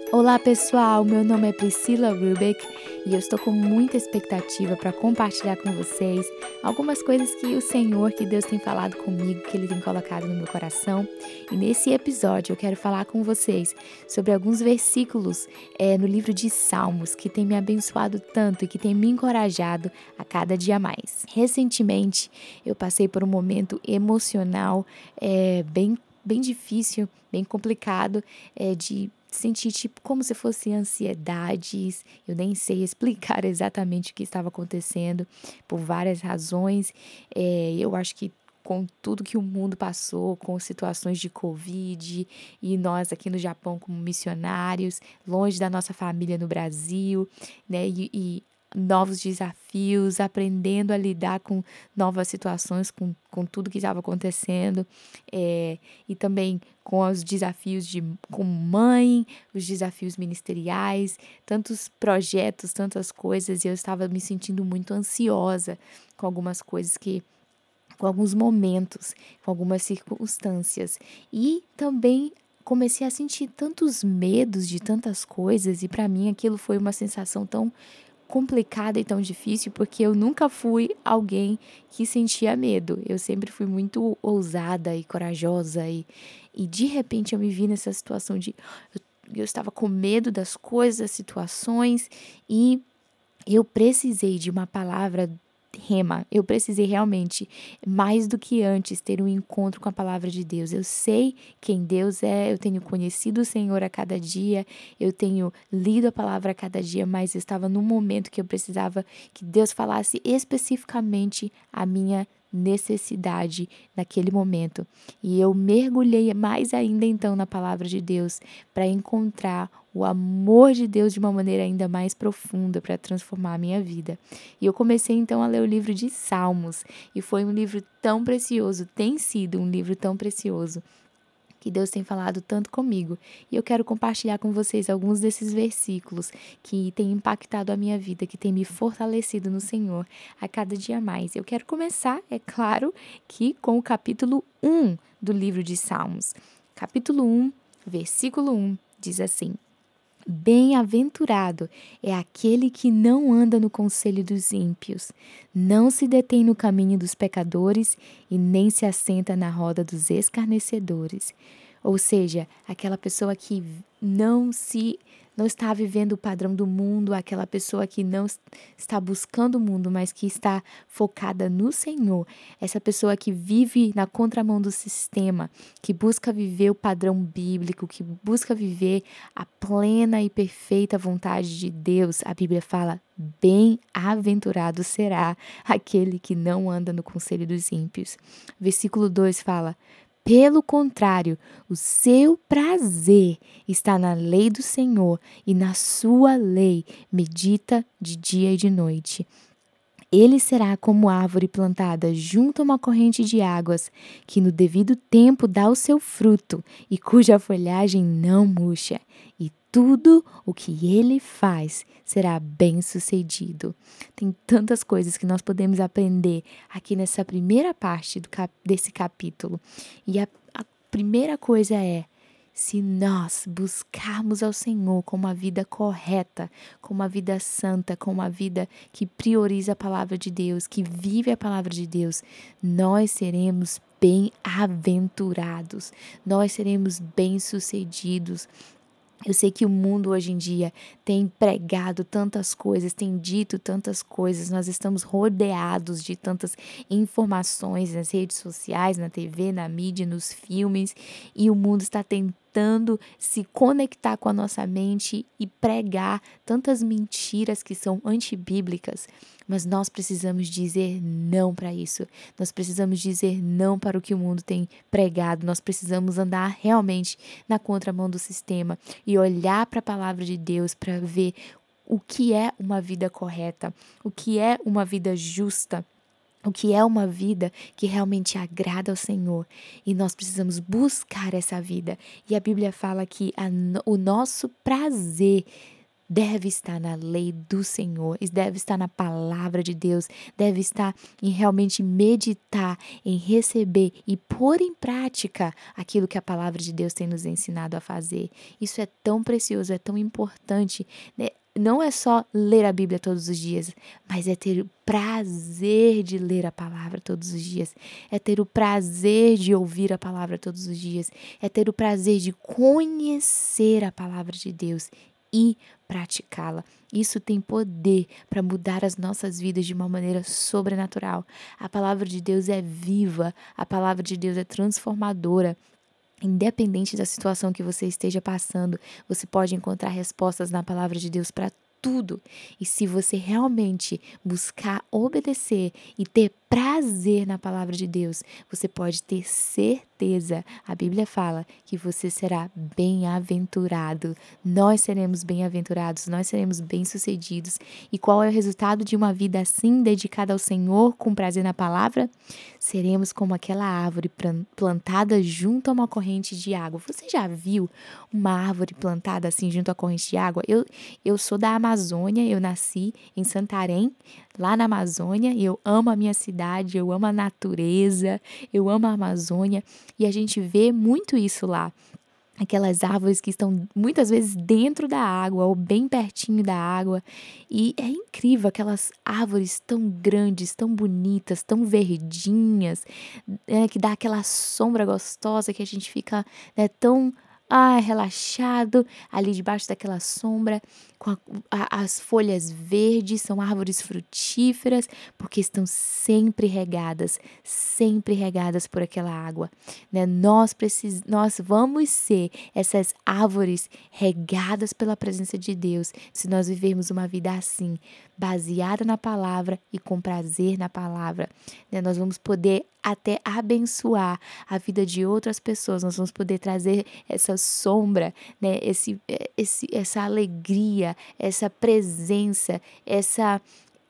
Olá pessoal, meu nome é Priscila Rubeck e eu estou com muita expectativa para compartilhar com vocês algumas coisas que o Senhor, que Deus tem falado comigo, que Ele tem colocado no meu coração. E nesse episódio eu quero falar com vocês sobre alguns versículos no livro de Salmos que tem me abençoado tanto e que tem me encorajado a cada dia mais. Recentemente eu passei por um momento emocional bem difícil, bem complicado, de sentir tipo como se fosse ansiedades. Eu nem sei explicar exatamente o que estava acontecendo por várias razões. Eu acho que com tudo que o mundo passou, com situações de Covid e nós aqui no Japão como missionários, longe da nossa família no Brasil, né? E novos desafios, aprendendo a lidar com novas situações, com tudo que estava acontecendo, e também com os desafios como mãe, os desafios ministeriais, tantos projetos, tantas coisas, e eu estava me sentindo muito ansiosa com algumas coisas com alguns momentos, com algumas circunstâncias. E também comecei a sentir tantos medos de tantas coisas, e para mim aquilo foi uma sensação tão complicada e tão difícil, porque eu nunca fui alguém que sentia medo. Eu sempre fui muito ousada e corajosa e de repente eu me vi nessa situação eu estava com medo das coisas, das situações, e eu precisei de uma palavra rema. Eu precisei realmente, mais do que antes, ter um encontro com a palavra de Deus. Eu sei quem Deus é, eu tenho conhecido o Senhor a cada dia, eu tenho lido a palavra a cada dia, mas eu estava num momento que eu precisava que Deus falasse especificamente a minha necessidade naquele momento. E eu mergulhei mais ainda então na palavra de Deus para encontrar o amor de Deus de uma maneira ainda mais profunda para transformar a minha vida. E eu comecei então a ler o livro de Salmos, e foi um livro tão precioso, tem sido um livro tão precioso, que Deus tem falado tanto comigo. E eu quero compartilhar com vocês alguns desses versículos que têm impactado a minha vida, que têm me fortalecido no Senhor a cada dia mais. Eu quero começar, é claro, que com o capítulo 1 do livro de Salmos. Capítulo 1, versículo 1, diz assim: Bem-aventurado é aquele que não anda no conselho dos ímpios, não se detém no caminho dos pecadores e nem se assenta na roda dos escarnecedores. Ou seja, aquela pessoa que não está vivendo o padrão do mundo, aquela pessoa que não está buscando o mundo, mas que está focada no Senhor, essa pessoa que vive na contramão do sistema, que busca viver o padrão bíblico, que busca viver a plena e perfeita vontade de Deus. A Bíblia fala: bem-aventurado será aquele que não anda no conselho dos ímpios. Versículo 2 fala: pelo contrário, o seu prazer está na lei do Senhor, e na sua lei medita de dia e de noite. Ele será como árvore plantada junto a uma corrente de águas, que no devido tempo dá o seu fruto e cuja folhagem não murcha, e tudo o que ele faz será bem-sucedido. Tem tantas coisas que nós podemos aprender aqui nessa primeira parte desse capítulo. E a primeira coisa é: se nós buscarmos ao Senhor com uma vida correta, com uma vida santa, com uma vida que prioriza a palavra de Deus, que vive a palavra de Deus, nós seremos bem-aventurados, nós seremos bem-sucedidos. Eu sei que o mundo hoje em dia tem pregado tantas coisas, tem dito tantas coisas, nós estamos rodeados de tantas informações nas redes sociais, na TV, na mídia, nos filmes, e o mundo está tentando se conectar com a nossa mente e pregar tantas mentiras que são antibíblicas. Mas nós precisamos dizer não para isso. Nós precisamos dizer não para o que o mundo tem pregado. Nós precisamos andar realmente na contramão do sistema e olhar para a palavra de Deus para ver o que é uma vida correta, o que é uma vida justa, o que é uma vida que realmente agrada ao Senhor. E nós precisamos buscar essa vida. E a Bíblia fala que o nosso prazer deve estar na lei do Senhor, deve estar na palavra de Deus, deve estar em realmente meditar, em receber e pôr em prática aquilo que a palavra de Deus tem nos ensinado a fazer. Isso é tão precioso, é tão importante, né? Não é só ler a Bíblia todos os dias, mas é ter o prazer de ler a palavra todos os dias, é ter o prazer de ouvir a palavra todos os dias, é ter o prazer de conhecer a palavra de Deus e praticá-la. Isso tem poder para mudar as nossas vidas de uma maneira sobrenatural. A palavra de Deus é viva, a palavra de Deus é transformadora. Independente da situação que você esteja passando, você pode encontrar respostas na palavra de Deus para tudo. E se você realmente buscar obedecer e ter prazer na palavra de Deus, você pode ter certeza. A Bíblia fala que você será bem-aventurado. Nós seremos bem-aventurados, nós seremos bem-sucedidos. E qual é o resultado de uma vida assim, dedicada ao Senhor, com prazer na palavra? Seremos como aquela árvore plantada junto a uma corrente de água. Você já viu uma árvore plantada assim junto à corrente de água? Eu sou da Amazônia, eu nasci em Santarém, lá na Amazônia, e eu amo a minha cidade, eu amo a natureza, eu amo a Amazônia, e a gente vê muito isso lá. Aquelas árvores que estão muitas vezes dentro da água ou bem pertinho da água. E é incrível aquelas árvores tão grandes, tão bonitas, tão verdinhas, que dá aquela sombra gostosa que a gente fica, né, tão relaxado ali debaixo daquela sombra, com as folhas verdes, são árvores frutíferas, porque estão sempre regadas por aquela água, né? Nós vamos ser essas árvores regadas pela presença de Deus, se nós vivermos uma vida assim, baseada na palavra e com prazer na palavra, né? Nós vamos poder até abençoar a vida de outras pessoas, nós vamos poder trazer essa sombra, né? Essa alegria, essa presença, essa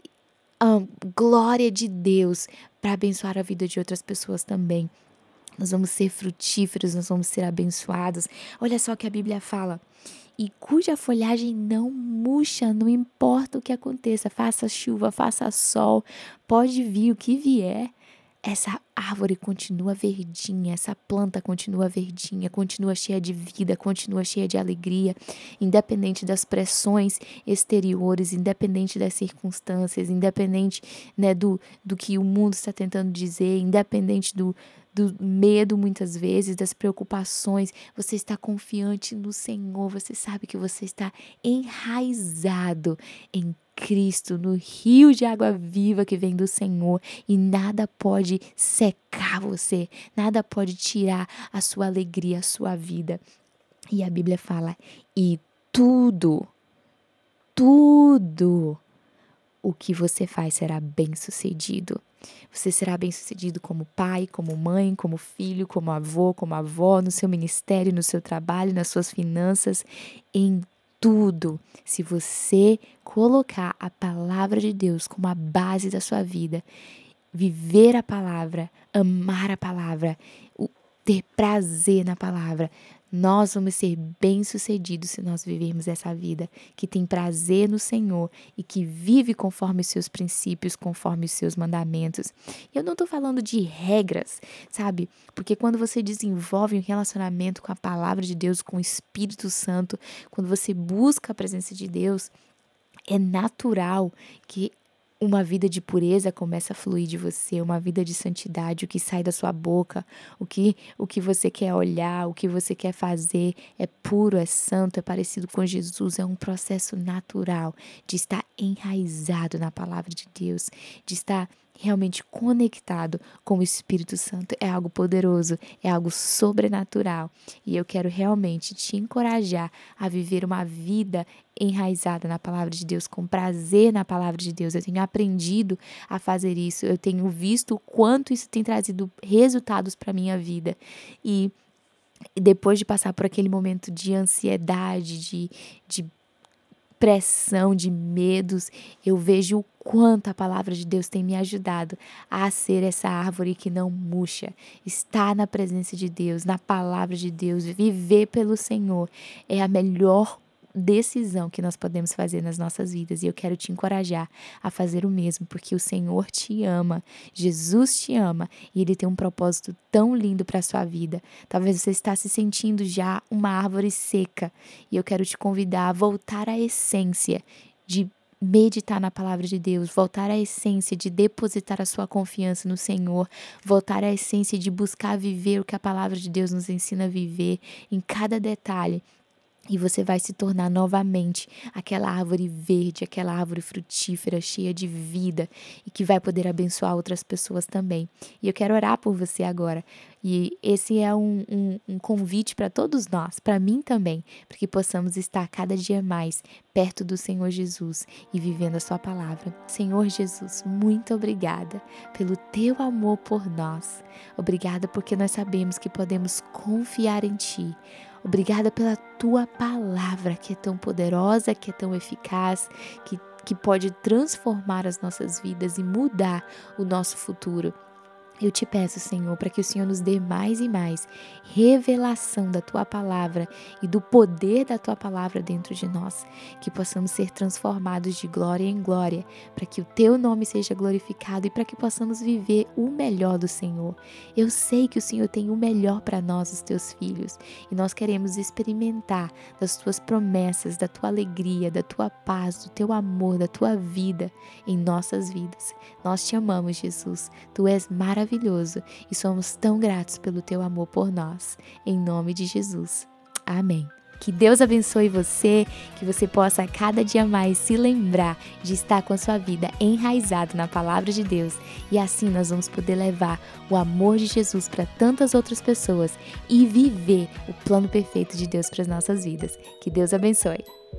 glória de Deus para abençoar a vida de outras pessoas também. Nós vamos ser frutíferos, nós vamos ser abençoados. Olha só o que a Bíblia fala. E cuja folhagem não murcha, não importa o que aconteça, faça chuva, faça sol, pode vir o que vier. Essa árvore continua verdinha, essa planta continua verdinha, continua cheia de vida, continua cheia de alegria, independente das pressões exteriores, independente das circunstâncias, independente, né, do que o mundo está tentando dizer, independente do medo muitas vezes, das preocupações. Você está confiante no Senhor, você sabe que você está enraizado em Cristo, no rio de água viva que vem do Senhor, e nada pode secar você, nada pode tirar a sua alegria, a sua vida. E a Bíblia fala, e tudo o que você faz será bem-sucedido. Você será bem-sucedido como pai, como mãe, como filho, como avô, como avó, no seu ministério, no seu trabalho, nas suas finanças, em tudo. Se você colocar a palavra de Deus como a base da sua vida, viver a palavra, amar a palavra, ter prazer na palavra, nós vamos ser bem-sucedidos se nós vivermos essa vida que tem prazer no Senhor e que vive conforme os seus princípios, conforme os seus mandamentos. Eu não estou falando de regras, sabe? Porque quando você desenvolve um relacionamento com a palavra de Deus, com o Espírito Santo, quando você busca a presença de Deus, é natural que uma vida de pureza começa a fluir de você, uma vida de santidade, o que sai da sua boca, o que você quer olhar, o que você quer fazer é puro, é santo, é parecido com Jesus, é um processo natural de estar enraizado na palavra de Deus, de estar realmente conectado com o Espírito Santo. É algo poderoso, é algo sobrenatural. E eu quero realmente te encorajar a viver uma vida enraizada na palavra de Deus, com prazer na palavra de Deus. Eu tenho aprendido a fazer isso, eu tenho visto o quanto isso tem trazido resultados para a minha vida. E depois de passar por aquele momento de ansiedade, de pressão, de medos, eu vejo o quanto a palavra de Deus tem me ajudado a ser essa árvore que não murcha, estar na presença de Deus, na palavra de Deus, viver pelo Senhor é a melhor decisão que nós podemos fazer nas nossas vidas. E eu quero te encorajar a fazer o mesmo, porque o Senhor te ama, Jesus te ama e Ele tem um propósito tão lindo para a sua vida. Talvez você está se sentindo já uma árvore seca e eu quero te convidar a voltar à essência de meditar na palavra de Deus, voltar à essência de depositar a sua confiança no Senhor, voltar à essência de buscar viver o que a palavra de Deus nos ensina a viver em cada detalhe. E você vai se tornar novamente aquela árvore verde, aquela árvore frutífera, cheia de vida e que vai poder abençoar outras pessoas também. E eu quero orar por você agora. E esse é um convite para todos nós, para mim também, para que possamos estar cada dia mais perto do Senhor Jesus e vivendo a sua palavra. Senhor Jesus, muito obrigada pelo teu amor por nós. Obrigada porque nós sabemos que podemos confiar em Ti. Obrigada pela tua palavra que é tão poderosa, que é tão eficaz, que pode transformar as nossas vidas e mudar o nosso futuro. Eu te peço, Senhor, para que o Senhor nos dê mais e mais revelação da Tua palavra e do poder da Tua palavra dentro de nós, que possamos ser transformados de glória em glória, para que o Teu nome seja glorificado e para que possamos viver o melhor do Senhor. Eu sei que o Senhor tem o melhor para nós, os Teus filhos, e nós queremos experimentar das Tuas promessas, da Tua alegria, da Tua paz, do Teu amor, da Tua vida em nossas vidas. Nós te amamos, Jesus. Tu és maravilhoso e somos tão gratos pelo teu amor por nós. Em nome de Jesus. Amém. Que Deus abençoe você, que você possa a cada dia mais se lembrar de estar com a sua vida enraizado na palavra de Deus e assim nós vamos poder levar o amor de Jesus para tantas outras pessoas e viver o plano perfeito de Deus para as nossas vidas. Que Deus abençoe.